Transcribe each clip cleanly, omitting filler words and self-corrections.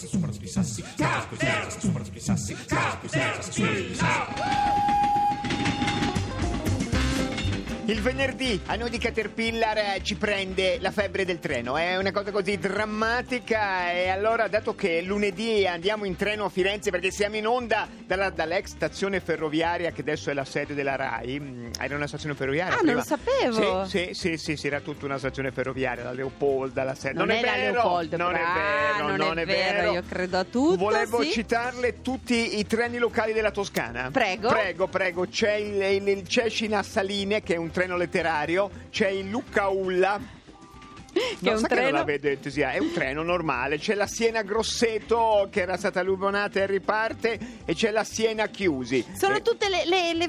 Il venerdì a noi di Caterpillar ci prende la febbre del treno, è una cosa così drammatica, e allora, dato che lunedì andiamo in treno a Firenze perché siamo in onda dall'ex stazione ferroviaria che adesso è la sede della RAI. Era una stazione ferroviaria prima. Non lo sapevo. Sì, era tutta una stazione ferroviaria, la Leopolda, la sede. Non è vero, la Leopolda, non è vero, io credo a tutto. Volevo citarle tutti i treni locali della Toscana. Prego. C'è il Cecina Saline, che è un treno letterario, c'è il Lucca Ulla, che è un treno, che non la vedo entusiasta, è un treno normale, c'è la Siena Grosseto che era stata alluvionata e riparte, e c'è la Siena Chiusi. Sono tutte le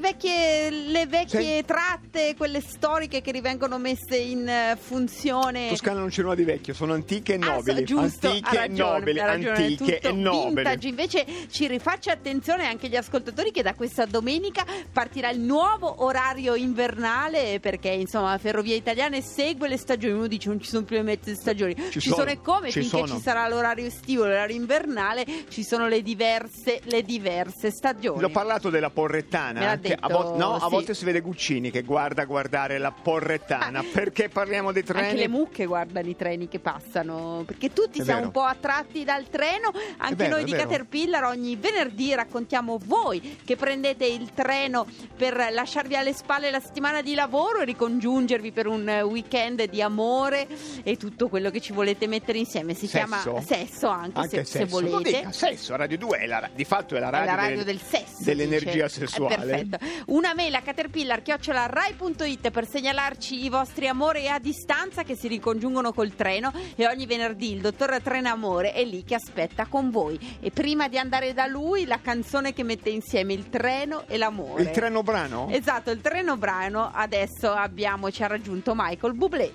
vecchie tratte, quelle storiche che rivengono messe in funzione. Toscana non c'è nulla di vecchio, sono antiche e nobili. Giusto, antiche e nobili, antiche e nobili. Vintage. Invece ci rifaccia attenzione anche gli ascoltatori che da questa domenica partirà il nuovo orario invernale, perché insomma Ferrovie Italiane segue le stagioni. Uno dice non ci sono più le mezze stagioni, ci sono e come, finché ci sarà l'orario estivo, l'orario invernale, ci sono le diverse stagioni. L'ho parlato della Porrettana, che a volte si vede Guccini che guarda a guardare la Porrettana. Perché parliamo dei treni? Anche le mucche guardano i treni che passano, perché tutti siamo un po' attratti dal treno. Anche noi di Caterpillar ogni venerdì raccontiamo voi che prendete il treno per lasciarvi alle spalle la settimana di lavoro e ricongiungervi per un weekend di amore e tutto quello che ci volete mettere insieme. Si chiama sesso, anche se volete. Non dica sesso, Radio 2 di fatto è la radio del sesso, dell'energia sessuale. Perfetto. Una mail a caterpillar@rai.it per segnalarci i vostri amori a distanza che si ricongiungono col treno, e ogni venerdì il dottor Trenamore è lì che aspetta con voi. E prima di andare da lui, la canzone che mette insieme il treno e l'amore. Il treno brano? Esatto, il treno brano. Adesso ci ha raggiunto Michael Bublé.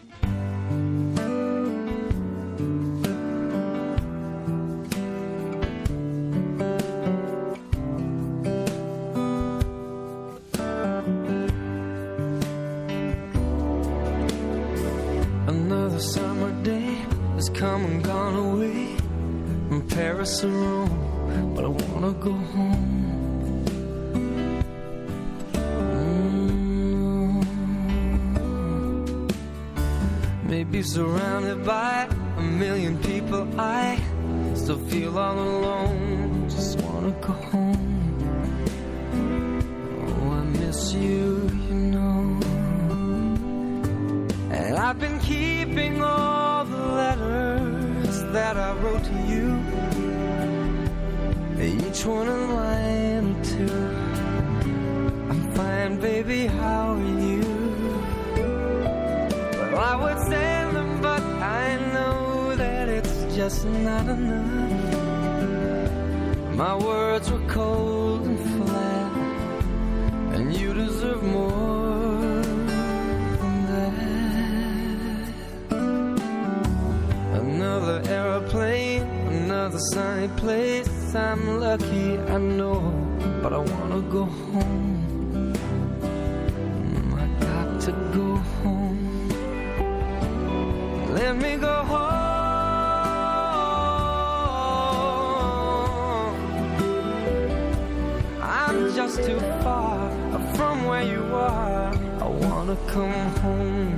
Another summer day has come and gone away from Paris or Rome, but I wanna go home. Maybe surrounded by a million people, I still feel all alone. Just wanna go home. Oh, I miss you, you know. And I've been keeping all the letters that I wrote to you, each one a line or two. I'm fine, baby, how are you? Well, I would send them, but I know that it's just not enough. My words were cold and flat, and you deserve more than that. Another airplane, another sunny place. I'm lucky, I know, but I wanna go home. I got to go home. Let me go home. I'm just too far from where you are. I wanna come home.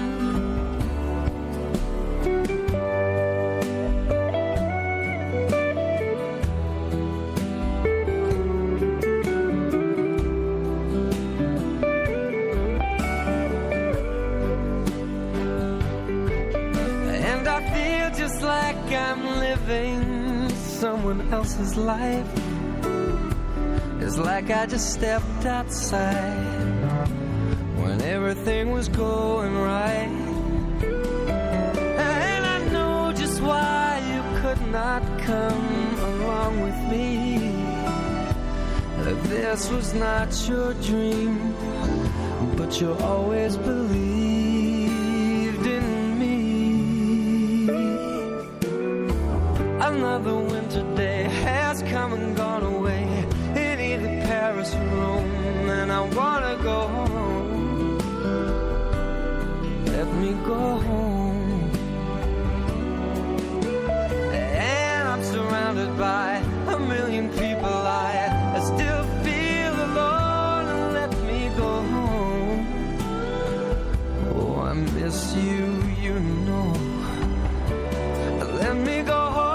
Just like I'm living someone else's life. It's like I just stepped outside when everything was going right. And I know just why you could not come along with me. This was not your dream, but you always believed in me. Another winter day has come and gone away in either Paris or Rome, and I wanna go home. Let me go home. And I'm surrounded you know. Let me go home.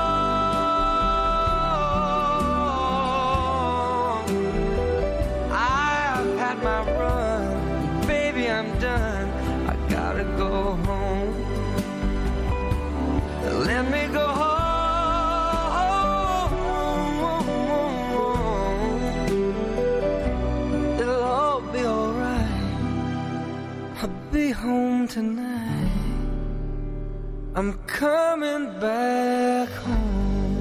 I've had my run, baby, I'm done. I gotta go home. Let me go home. It'll all be alright. I'll be home tonight. I'm coming back home.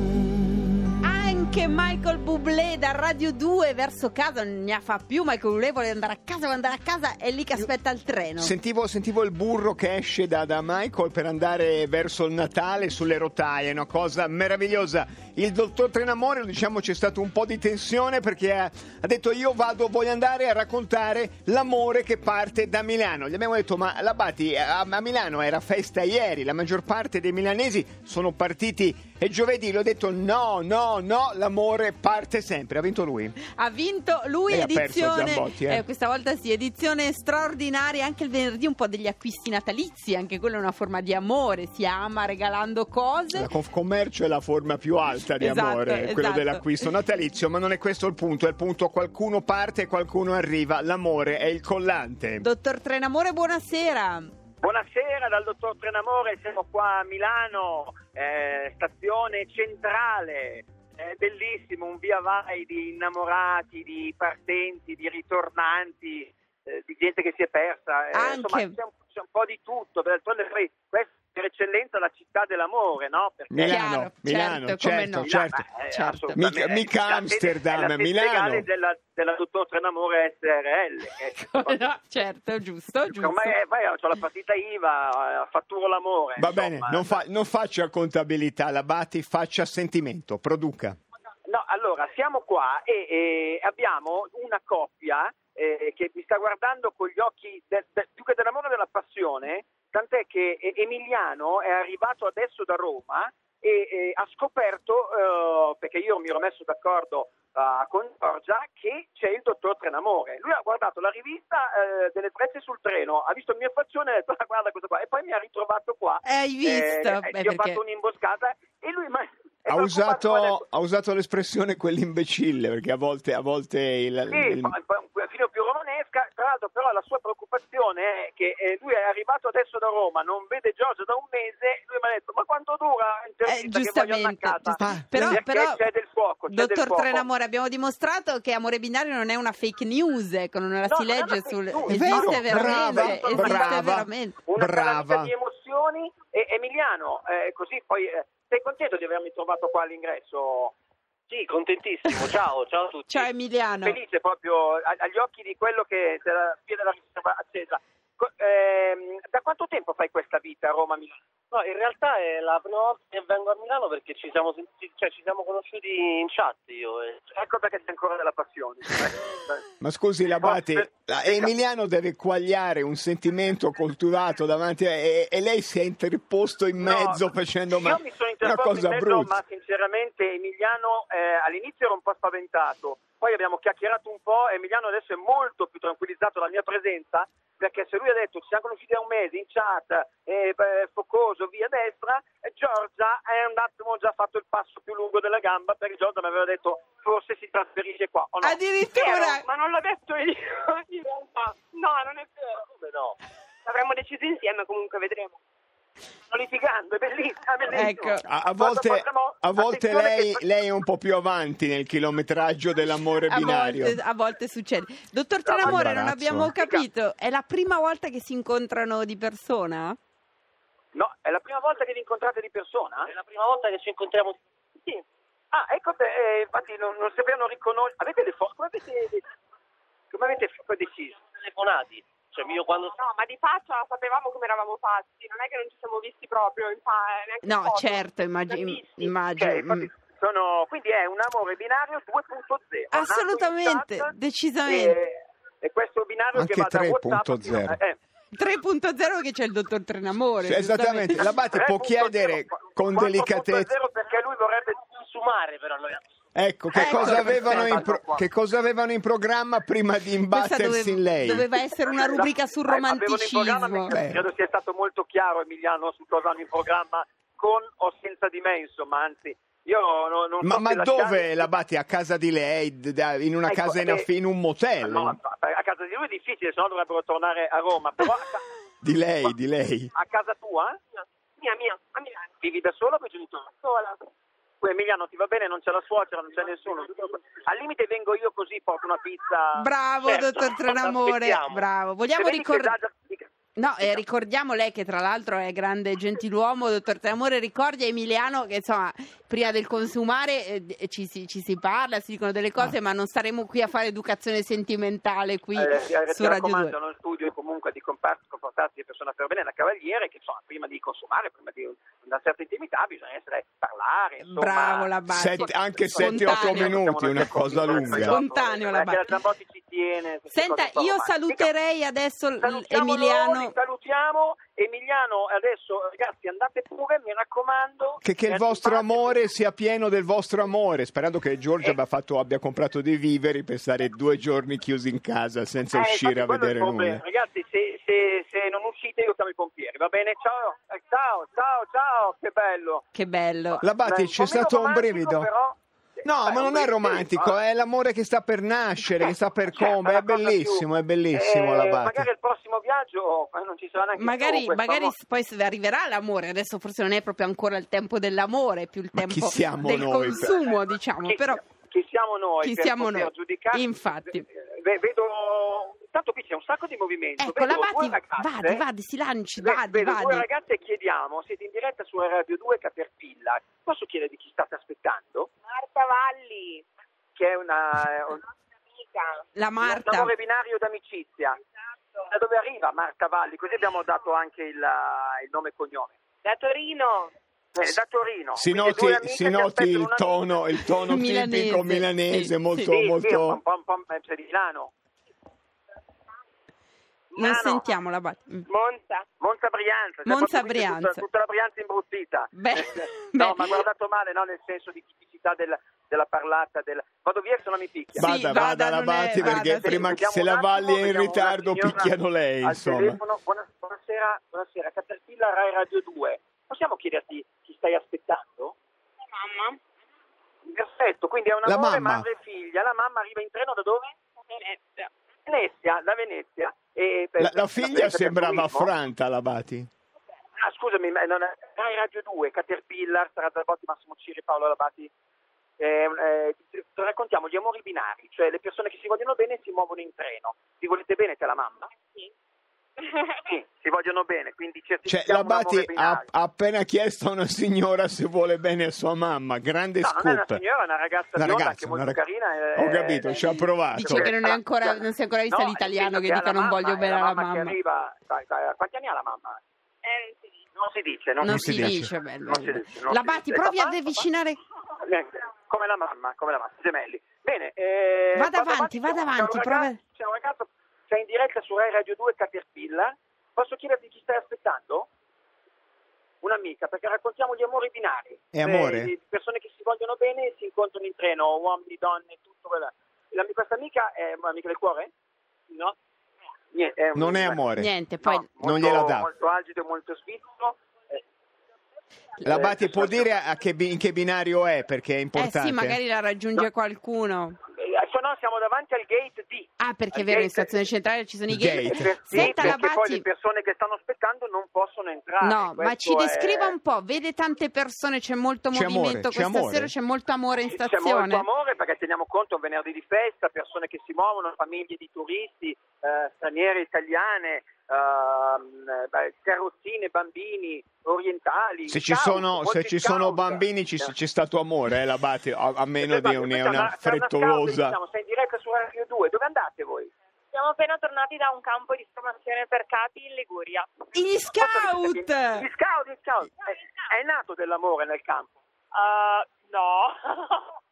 Anche Michael Bublé da Radio 2 verso casa, non ne fa più. Michael Bublé vuole andare a casa, è lì che aspetta il treno. Sentivo il burro che esce da Michael per andare verso il Natale sulle rotaie, una cosa meravigliosa. Il dottor Trenamore, lo diciamo, c'è stato un po' di tensione perché ha detto voglio andare a raccontare l'amore che parte da Milano. Gli abbiamo detto ma l'Abati, a Milano era festa ieri, la maggior parte dei milanesi sono partiti e giovedì. L'ho detto no, l'amore parte sempre. Ha vinto lui. Ha vinto lui, edizione Zambotti, questa volta sì, edizione straordinaria. Anche il venerdì un po' degli acquisti natalizi, anche quella è una forma di amore, si ama regalando cose. Il commercio è la forma più alta di amore, quello dell'acquisto natalizio, ma non è questo il punto. È il punto: qualcuno parte e qualcuno arriva, l'amore è il collante. Dottor Trenamore, buonasera. Buonasera dal dottor Trenamore, siamo qua a Milano, stazione centrale, bellissimo, un via vai di innamorati, di partenti, di ritornanti, di gente che si è persa, insomma c'è un po' di tutto, d'altronde poi questa per eccellenza la città dell'amore, no? Perché Milano, certo. Mica Amsterdam, è la Milano. della dottor Trenamore SRL. No, certo, giusto. Ormai ho la partita IVA, fatturo l'amore. Va insomma. bene, non faccia contabilità, l'Abati faccia sentimento, produca. No, allora, siamo qua e abbiamo una coppia che mi sta guardando con gli occhi più che dell'amore e della passione, tant'è che Emiliano è arrivato adesso da Roma e ha scoperto, perché io mi ero messo d'accordo con Giorgia, che c'è il dottor Trenamore. Lui ha guardato la rivista delle prezzi sul treno, ha visto il mio faccione e ha detto guarda questo qua, e poi mi ha ritrovato qua. Hai visto? Io ho fatto un'imboscata e lui ha usato l'espressione quell'imbecille, perché a volte fino più romanesca. Tra l'altro però la sua preoccupazione è che lui è arrivato adesso da Roma, non vede Giorgio da un mese, lui mi ha detto ma quanto dura giustamente, però c'è del fuoco, dottor Trenamore, abbiamo dimostrato che Amore Binario non è una fake news, non la si legge esiste veramente, veramente. Una calamita di emozioni. E Emiliano, così poi sei contento di avermi trovato qua all'ingresso? Sì, contentissimo. Ciao a tutti. Ciao Emiliano. Felice proprio agli occhi di quello che c'è la via della riserva accesa. Da quanto tempo fai questa vita a Roma-Milano? No, in realtà è la prima volta che vengo a Milano perché ci siamo conosciuti in chat io. Ecco perché c'è ancora della passione. Ma scusi l'Abate, Emiliano deve quagliare un sentimento coltivato davanti e lei si è interposto in mezzo facendo io mi sono interposto in mezzo, ma sinceramente Emiliano all'inizio era un po' spaventato, poi abbiamo chiacchierato un po', Emiliano adesso è molto più tranquillizzato dalla mia presenza, perché se lui ha detto ci siamo conosciuti da un mese in chat, focoso via destra, Giorgia è un attimo già fatto il passo più lungo della gamba, perché Giorgia mi aveva detto forse si trasferisce qua, o no? Addirittura! Ma non l'ho detto io in realtà, no, non è vero. Come no? L'avremmo deciso insieme, comunque vedremo. Sto litigando, è bellissimo. Ecco. A volte lei è un po' più avanti nel chilometraggio dell'amore binario. A volte succede. Dottor Trenamore, non abbiamo capito, è la prima volta che si incontrano di persona? No, è la prima volta che vi incontrate di persona? È la prima volta che ci incontriamo. Sì. Ah, ecco, infatti non sapevano riconoscere. Avete le foto? Come avete deciso? Telefonati. Cioè io quando... No, ma di faccia sapevamo come eravamo fatti, non è che non ci siamo visti proprio neanche no, foto. Certo, immagino. Quindi è un amore binario 2.0. Assolutamente, decisamente. E questo binario anche che va da WhatsApp 3.0. 3.0 che c'è il dottor Trenamore. Cioè, esattamente, l'Abate può chiedere con delicatezza. 4.0 perché lui vorrebbe consumare, però noi Ecco, che cosa avevano in programma prima di imbattersi in lei? Doveva essere una rubrica sul romanticismo. Credo sia stato molto chiaro, Emiliano, su cosa hanno in programma, con o senza di me, insomma, anzi... Io non so ma dove l'Abate? A casa di lei? In una casa in un motel? No, a casa di lui è difficile, sennò dovrebbero tornare a Roma. Però Di lei. A casa tua? Mia, a Milano. Vivi da sola o con i genitori? Sola. Emiliano, ti va bene? Non c'è la suocera, non c'è nessuno. Al limite vengo io così, porto una pizza. Bravo, certo, dottor Trenamore, bravo. Vogliamo ricordare... No, ricordiamo lei che tra l'altro è grande gentiluomo, dottor Trenamore, ricordi a Emiliano che insomma prima del consumare ci si parla, si dicono delle cose, ma non staremo qui a fare educazione sentimentale qui su Radio 2. Nello studio comunque di comportarsi di persona per bene da cavaliere, che insomma prima di consumare, prima di una certa intimità bisogna parlare, insomma. Bravo l'Abate. Anche 7-8 minuti, una cosa lunga. Spontaneo l'Abate. La Zambotti ci tiene. Senta, io saluterei adesso Emiliano. Salutiamo Emiliano, adesso ragazzi andate pure, mi raccomando. Che il vostro amore sia pieno del vostro amore, sperando che Giorgio abbia comprato dei viveri per stare 2 giorni chiusi in casa senza uscire a vedere nulla. Ragazzi, se non uscite io chiamo i pompieri, va bene? Ciao, che bello. L'Abate, c'è stato un brivido. Però... No, ma non è romantico, è l'amore che sta per nascere, che sta per come, è bellissimo l'Abate. Magari il prossimo viaggio non ci sarà neanche magari poi arriverà l'amore, adesso forse non è proprio ancora il tempo dell'amore, è più il tempo del consumo, diciamo. Chi siamo noi per poter giudicare? Infatti. Vedo... Tanto qui c'è un sacco di movimento. Ecco, vadi, si lanci, vadi. Due ragazze, chiediamo, siete in diretta su Radio 2 Caterpillar. Posso chiedere di chi state aspettando? Marta Valli. Che è una amica. La Marta. Un amore binario d'amicizia. Esatto. Da dove arriva Marta Valli? Così abbiamo dato anche il nome e cognome. Da Torino. Da Torino. Si noti il tono tipico milanese, molto... un po' di Milano. Non sentiamo la Monza Brianza. Monza Brianza. Tutta la Brianza imbruttita. No, ma guardato male, no, nel senso di tipicità della parlata. Vado via, se no mi picchia. Vada l'Abate, perché prima che se la Valli è in ritardo picchiano lei, insomma. Buonasera, Caterpillar Rai Radio 2. Possiamo chiederti chi stai aspettando? La mamma. Perfetto, quindi è un amore madre e figlia. La mamma arriva in treno da dove? Da Venezia. La figlia sembrava affranta, l'Abati. Scusami, non è Rai Radio 2, Caterpillar, Sara Zambotti, Massimo Ciri, Paolo L'Abati. Raccontiamo gli amori binari, cioè le persone che si vogliono bene si muovono in treno. Vi volete bene te la mamma? Sì. Sì, si vogliono bene, quindi l'Abati ha appena chiesto a una signora se vuole bene a sua mamma, grande scoop. Non è una signora, è una ragazza bionda che è molto carina. Ho capito, ci ha provato. Dice che non si è ancora vista l'italiano che dica non voglio bene alla mamma. Che arriva, quanti anni ha la mamma? Non si dice. Bello. L'Abati, provi ad avvicinare. Come la mamma, gemelli. Bene. Vada avanti. C'è un ragazzo. Sei in diretta su Rai Radio 2 Caterpillar. Posso chiederti chi stai aspettando? Un'amica, perché raccontiamo gli amori binari. È amore? Persone che si vogliono bene e si incontrano in treno, uomini, donne, tutto. Questa amica è un'amica del cuore? No. Niente, non è amore. Niente, poi non gliela dà. Molto agido, molto svizzero. L'Abate può dire in che binario è, perché è importante. Sì, magari la raggiunge qualcuno. No, siamo davanti al gate D. Perché è vero, in stazione centrale ci sono i gate. Senta, perché poi le persone che stanno aspettando non possono entrare. No, ma ci descriva un po', vede tante persone, c'è molto movimento questa sera, c'è molto amore in stazione. C'è molto amore perché teniamo conto, è un venerdì di festa, persone che si muovono, famiglie di turisti, straniere, italiane, carrozzine, bambini orientali. Se ci sono bambini c'è stato amore, l'Abate, a meno di una frettolosa. Sei in diretta su Radio 2, dove andate voi? Siamo appena tornati da un campo di formazione per capi in Liguria. Gli scout! Gli scout! È nato dell'amore nel campo? No.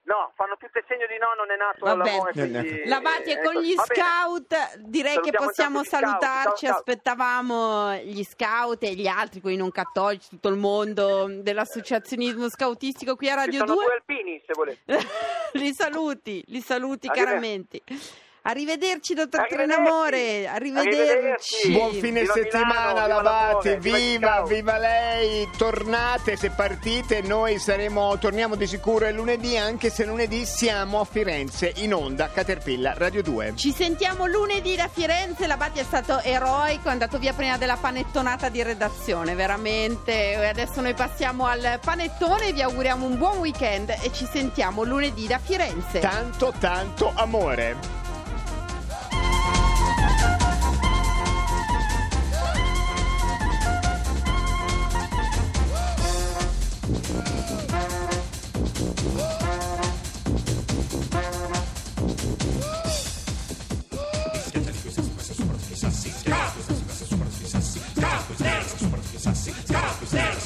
No, fanno tutto il segno di no, non è nato l'amore. Quindi, Lavati e con gli scout direi Salutiamo che possiamo salutarci. Ciao. Aspettavamo gli scout e gli altri, quelli non cattolici, tutto il mondo dell'associazionismo scoutistico qui a Radio 2. Ci sono 2 alpini, se volete. Li saluti caramente. Arrivederci, dottor Trenamore. Arrivederci. Buon fine Viva settimana, Milano, Lavati. viva Viva lei. Tornate, se partite, noi torniamo di sicuro il lunedì, anche se lunedì siamo a Firenze in onda Caterpillar Radio 2. Ci sentiamo lunedì da Firenze. Lavati è stato eroico, è andato via prima della panettonata di redazione, veramente. E adesso noi passiamo al panettone, vi auguriamo un buon weekend e ci sentiamo lunedì da Firenze. Tanto amore. Sassi,